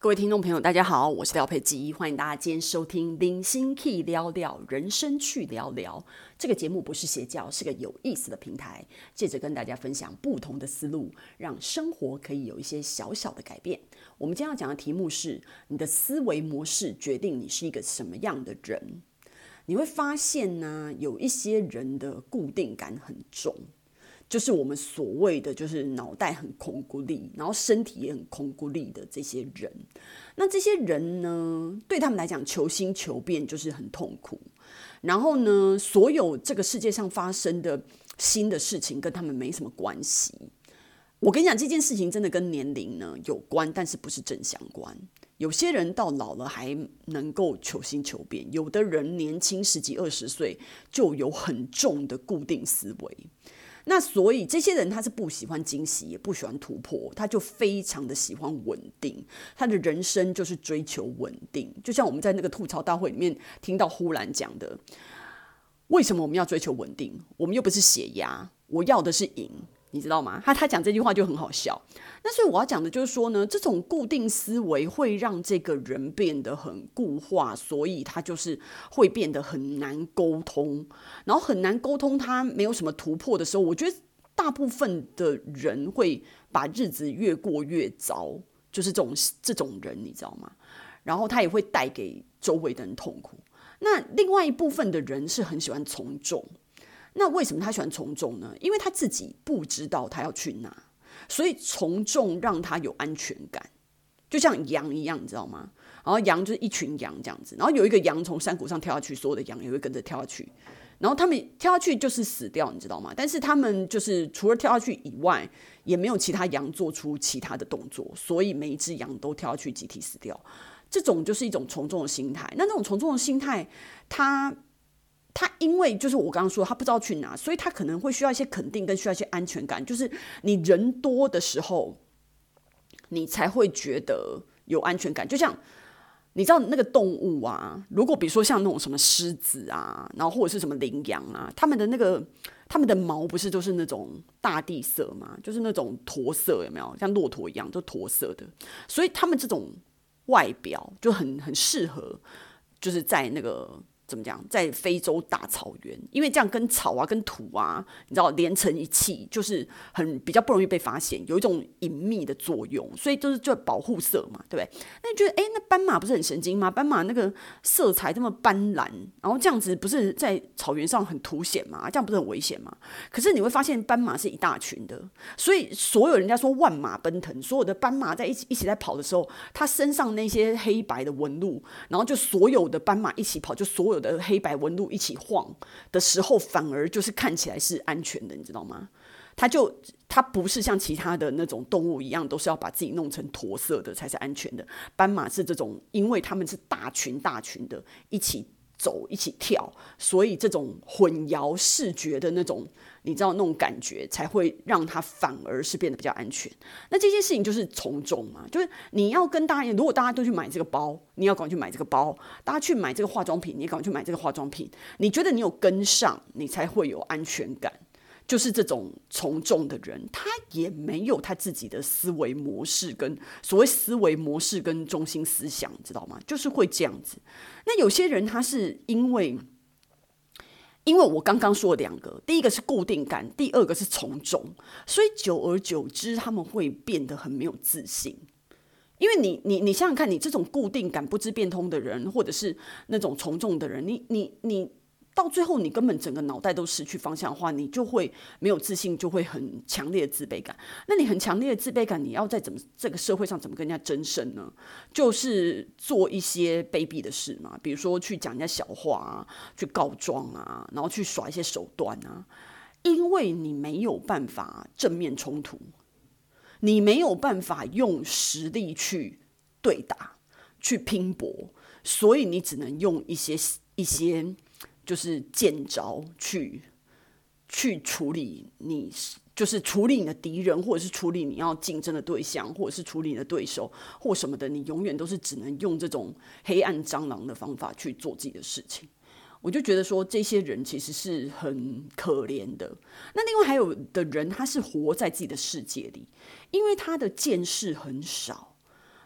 各位听众朋友，大家好，我是廖佩基，欢迎大家今天收听零星 Key 聊聊人生去聊聊。这个节目不是邪教，是个有意思的平台，借着跟大家分享不同的思路，让生活可以有一些小小的改变。我们今天要讲的题目是：你的思维模式决定你是一个什么样的人。你会发现呢，有一些人的固定感很重。就是我们所谓的，就是脑袋很空孤立，然后身体也很空孤立的这些人。那这些人呢，对他们来讲，求新求变就是很痛苦。然后呢，所有这个世界上发生的新的事情跟他们没什么关系。我跟你讲，这件事情真的跟年龄呢有关，但是不是正相关。有些人到老了还能够求新求变，有的人年轻10几20岁就有很重的固定思维。那所以这些人他是不喜欢惊喜，也不喜欢突破，他就非常的喜欢稳定，他的人生就是追求稳定。就像我们在那个吐槽大会里面听到呼兰讲的，为什么我们要追求稳定？我们又不是血压，我要的是赢，你知道吗？他讲这句话就很好笑。那所以我要讲的就是说呢，这种固定思维会让这个人变得很固化，所以他就是会变得很难沟通，然后很难沟通，他没有什么突破的时候，我觉得大部分的人会把日子越过越糟，就是这种人，你知道吗？然后他也会带给周围的人痛苦。那另外一部分的人是很喜欢从众。那为什么他喜欢从众呢？因为他自己不知道他要去哪，所以从众让他有安全感，就像羊一样，你知道吗？然后羊就是一群羊这样子，然后有一个羊从山谷上跳下去，所有的羊也会跟着跳下去，然后他们跳下去就是死掉，你知道吗？但是他们就是除了跳下去以外，也没有其他羊做出其他的动作，所以每一只羊都跳下去集体死掉。这种就是一种从众的心态。那种从众的心态，他因为就是我刚刚说他不知道去哪，所以他可能会需要一些肯定跟需要一些安全感，就是你人多的时候你才会觉得有安全感。就像你知道那个动物啊，如果比如说像那种什么狮子啊，然后或者是什么羚羊啊，他们的毛不是都是那种大地色嘛，就是那种驼色，有没有？像骆驼一样就驼色的，所以他们这种外表就很适合，就是在那个怎么讲，在非洲大草原，因为这样跟草啊、跟土啊，你知道连成一气，就是比较不容易被发现，有一种隐秘的作用，所以就保护色嘛，对不对？那你觉得，那斑马不是很神经吗？斑马那个色彩这么斑斓，然后这样子不是在草原上很凸显吗？这样不是很危险吗？可是你会发现，斑马是一大群的，所以所有人家说万马奔腾，所有的斑马在一起在跑的时候，它身上那些黑白的纹路，然后就所有的斑马一起跑，就所有的黑白纹路一起晃的时候，反而就是看起来是安全的，你知道吗？它不是像其他的那种动物一样，都是要把自己弄成驼色的才是安全的。斑马是这种，因为他们是大群大群的一起走一起跳，所以这种混淆视觉的那种，你知道那种感觉，才会让它反而是变得比较安全。那这些事情就是从众嘛，就是你要跟大家，如果大家都去买这个包，你要赶快去买这个包；大家去买这个化妆品，你也赶快去买这个化妆品。你觉得你有跟上，你才会有安全感。就是这种从众的人，他也没有他自己的思维模式跟所谓思维模式跟中心思想，知道吗？就是会这样子。那有些人他是因为我刚刚说的两个，第一个是固定感，第二个是从众，所以久而久之他们会变得很没有自信。因为你想想看，你这种固定感不知变通的人，或者是那种从众的人，你到最后你根本整个脑袋都失去方向的话，你就会没有自信，就会很强烈的自卑感。那你很强烈的自卑感，你要在这个社会上怎么跟人家争胜呢？就是做一些卑鄙的事嘛，比如说去讲人家小话啊，去告状啊，然后去耍一些手段啊。因为你没有办法正面冲突，你没有办法用实力去对打、去拼搏，所以你只能用一些就是剑招去处理你，就是处理你的敌人，或者是处理你要竞争的对象，或者是处理你的对手或什么的，你永远都是只能用这种黑暗蟑螂的方法去做自己的事情。我就觉得说这些人其实是很可怜的。那另外还有的人，他是活在自己的世界里，因为他的见识很少，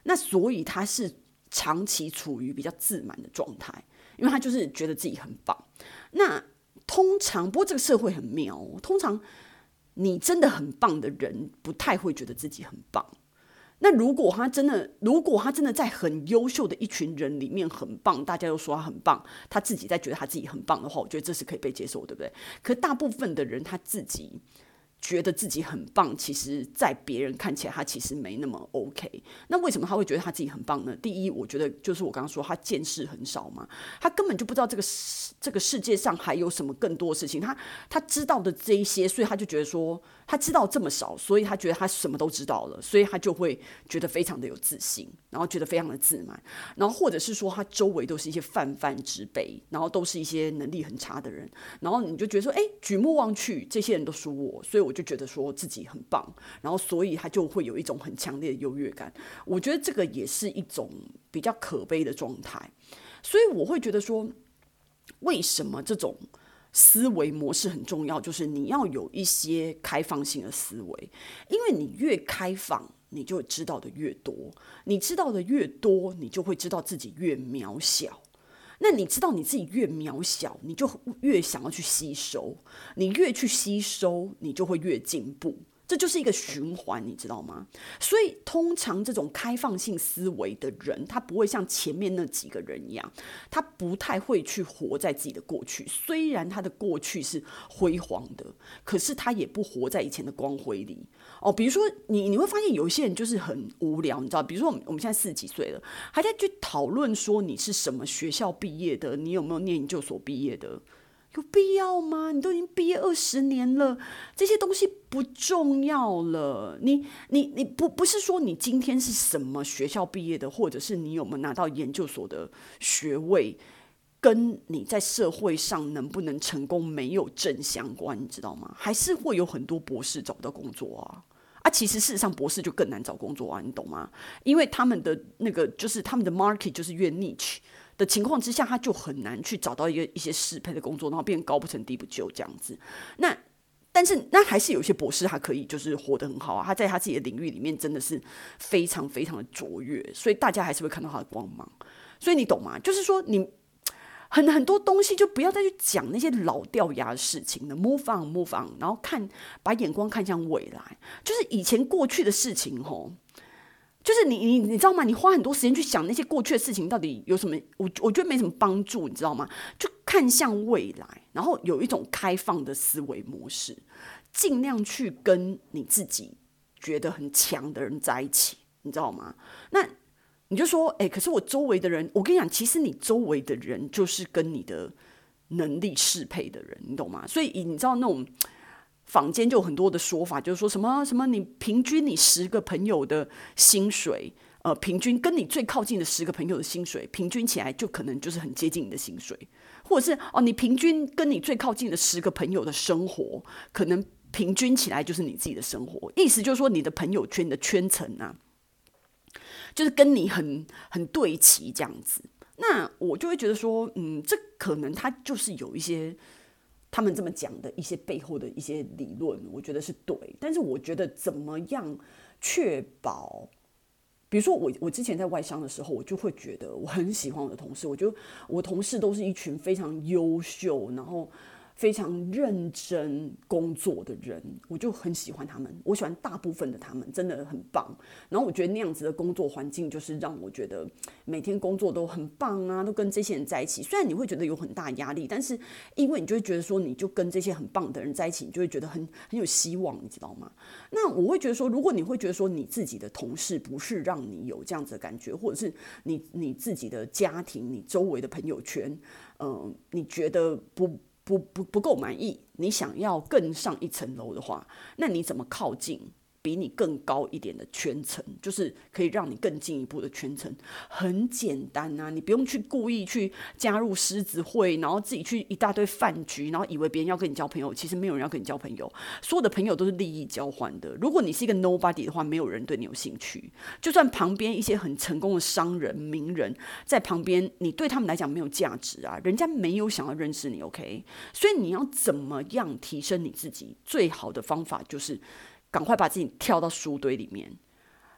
那所以他是长期处于比较自满的状态，因为他就是觉得自己很棒。那通常，不过这个社会很妙哦，通常你真的很棒的人，不太会觉得自己很棒。那如果他真的在很优秀的一群人里面很棒，大家都说他很棒，他自己在觉得他自己很棒的话，我觉得这是可以被接受，对不对？可大部分的人他自己觉得自己很棒，其实在别人看起来他其实没那么 OK。那为什么他会觉得他自己很棒呢？第一，我觉得就是我刚刚说他见识很少嘛，他根本就不知道这个世界上还有什么更多的事情，他知道的这一些，所以他就觉得说他知道这么少，所以他觉得他什么都知道了，所以他就会觉得非常的有自信，然后觉得非常的自满，然后或者是说他周围都是一些泛泛之辈，然后都是一些能力很差的人，然后你就觉得说，举目望去，这些人都输我，所以我就觉得说自己很棒，然后所以他就会有一种很强烈的优越感。我觉得这个也是一种比较可悲的状态，所以我会觉得说，为什么这种思维模式很重要，就是你要有一些开放性的思维，因为你越开放，你就知道的越多，你知道的越多，你就会知道自己越渺小。那你知道你自己越渺小，你就越想要去吸收，你越去吸收，你就会越进步。这就是一个循环，你知道吗？所以通常这种开放性思维的人，他不会像前面那几个人一样，他不太会去活在自己的过去。虽然他的过去是辉煌的，可是他也不活在以前的光辉里。比如说你会发现有一些人就是很无聊，你知道，比如说我们现在40几岁了，还在去讨论说你是什么学校毕业的，你有没有念研究所毕业的。有必要吗？你都已经毕业20年了，这些东西不重要了。你不是说你今天是什么学校毕业的，或者是你有没有拿到研究所的学位，跟你在社会上能不能成功没有正相关，你知道吗？还是会有很多博士找不到工作啊。其实事实上博士就更难找工作啊，你懂吗？因为他们的那个就是他们的 market 就是越 niche的情况之下，他就很难去找到一些适配的工作，然后变高不成低不就这样子。但是还是有一些博士他可以就是活得很好啊，他在他自己的领域里面真的是非常非常的卓越，所以大家还是会看到他的光芒。所以你懂吗？就是说你很多东西就不要再去讲那些老掉牙的事情了 ，move on， 然后把眼光看向未来，就是以前过去的事情就是你知道吗？你花很多时间去想那些过去的事情到底有什么，我觉得没什么帮助，你知道吗？就看向未来，然后有一种开放的思维模式，尽量去跟你自己觉得很强的人在一起，你知道吗？那你就说，可是我周围的人，我跟你讲，其实你周围的人就是跟你的能力适配的人，你懂吗？所以你知道那种坊间就有很多的说法，就是说什么你平均你10个朋友的薪水，平均跟你最靠近的10个朋友的薪水，平均起来就可能就是很接近你的薪水，或者是你平均跟你最靠近的10个朋友的生活，可能平均起来就是你自己的生活。意思就是说，你的朋友圈的圈层啊，就是跟你很对齐这样子。那我就会觉得说，这可能他就是有一些他们这么讲的一些背后的一些理论，我觉得是对。但是我觉得怎么样确保，比如说我之前在外商的时候，我就会觉得我很喜欢我的同事，我觉得我同事都是一群非常优秀，然后非常认真工作的人，我就很喜欢他们，我喜欢大部分的他们，真的很棒。然后我觉得那样子的工作环境，就是让我觉得每天工作都很棒啊，都跟这些人在一起。虽然你会觉得有很大压力，但是因为你就会觉得说，你就跟这些很棒的人在一起，你就会觉得很有希望，你知道吗？那我会觉得说，如果你会觉得说你自己的同事不是让你有这样子的感觉，或者是你自己的家庭、你周围的朋友圈，你觉得不够满意，你想要更上一层楼的话，那你怎么靠近比你更高一点的圈层，就是可以让你更进一步的圈层？很简单啊，你不用去故意去加入狮子会，然后自己去一大堆饭局，然后以为别人要跟你交朋友，其实没有人要跟你交朋友，所有的朋友都是利益交换的。如果你是一个 nobody 的话，没有人对你有兴趣，就算旁边一些很成功的商人、名人在旁边，你对他们来讲没有价值啊，人家没有想要认识你 ，OK？ 所以你要怎么样提升你自己？最好的方法就是赶快把自己跳到书堆里面。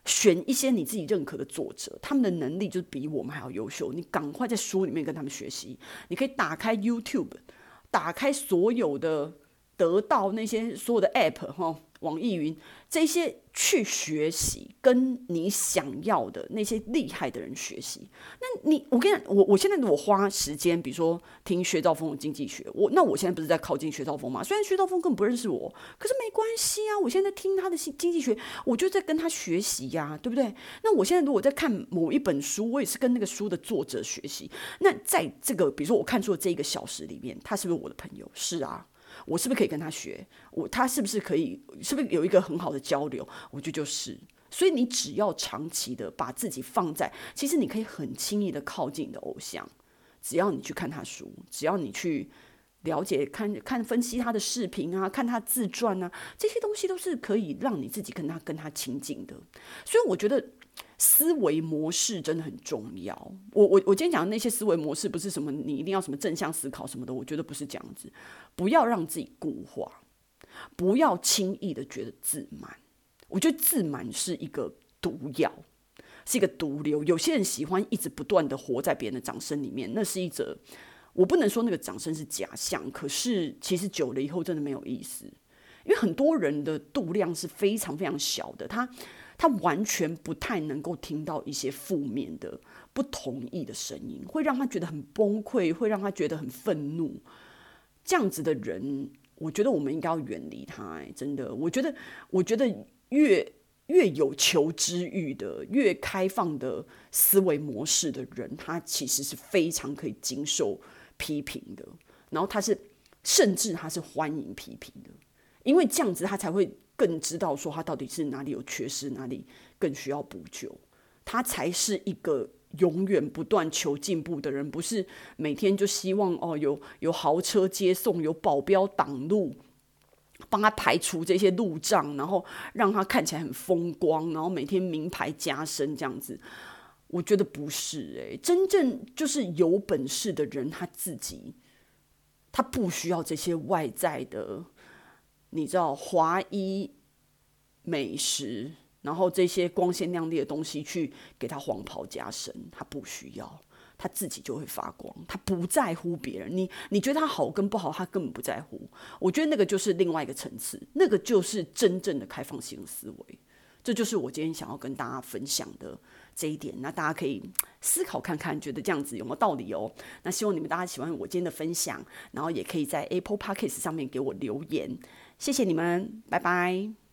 选一些你自己认可的作者，他们的能力就是比我们还要优秀，你赶快在书里面跟他们学习。你可以打开 YouTube， 打开所有的得到那些所有的 App 网易云这些去学习，跟你想要的那些厉害的人学习。那我跟你讲，我现在如果花时间，比如说听薛兆丰的经济学，那我现在不是在靠近薛兆丰吗？虽然薛兆丰根本不认识我，可是没关系啊，我现在听他的经济学，我就在跟他学习呀，对不对？那我现在如果在看某一本书，我也是跟那个书的作者学习。那在这个比如说我看书的这1个小时里面，他是不是我的朋友？是啊。我是不是可以跟他学？他是不是有一个很好的交流？我觉得就是。所以你只要长期的把自己放在，其实你可以很轻易的靠近你的偶像，只要你去看他书，只要你去了解、看分析他的视频啊，看他自传啊，这些东西都是可以让你自己跟他亲近的。所以我觉得思维模式真的很重要。我今天讲的那些思维模式，不是什么你一定要什么正向思考什么的，我觉得不是这样子。不要让自己固化，不要轻易的觉得自满。我觉得自满是一个毒药，是一个毒瘤。有些人喜欢一直不断的活在别人的掌声里面，那是一则，我不能说那个掌声是假象，可是其实久了以后真的没有意思。因为很多人的度量是非常非常小的，他完全不太能够听到一些负面的不同意的声音，会让他觉得很崩溃，会让他觉得很愤怒。这样子的人，我觉得我们应该要远离他。真的，我觉得越有求知欲的、越开放的思维模式的人，他其实是非常可以经受批评的。然后甚至他是欢迎批评的，因为这样子他才会更知道说他到底是哪里有缺失，哪里更需要补救。他才是一个永远不断求进步的人，不是每天就希望有豪车接送，有保镖挡路，帮他排除这些路障，然后让他看起来很风光，然后每天名牌加身这样子。我觉得不是真正就是有本事的人，他自己他不需要这些外在的，你知道华衣美食，然后这些光鲜亮丽的东西去给他黄袍加身，他不需要。他自己就会发光，他不在乎别人。你觉得他好跟不好，他根本不在乎。我觉得那个就是另外一个层次，那个就是真正的开放性思维。这就是我今天想要跟大家分享的这一点。那大家可以思考看看，觉得这样子有没有道理哦？那希望你们大家喜欢我今天的分享，然后也可以在 Apple Podcast 上面给我留言。谢谢你们，拜拜。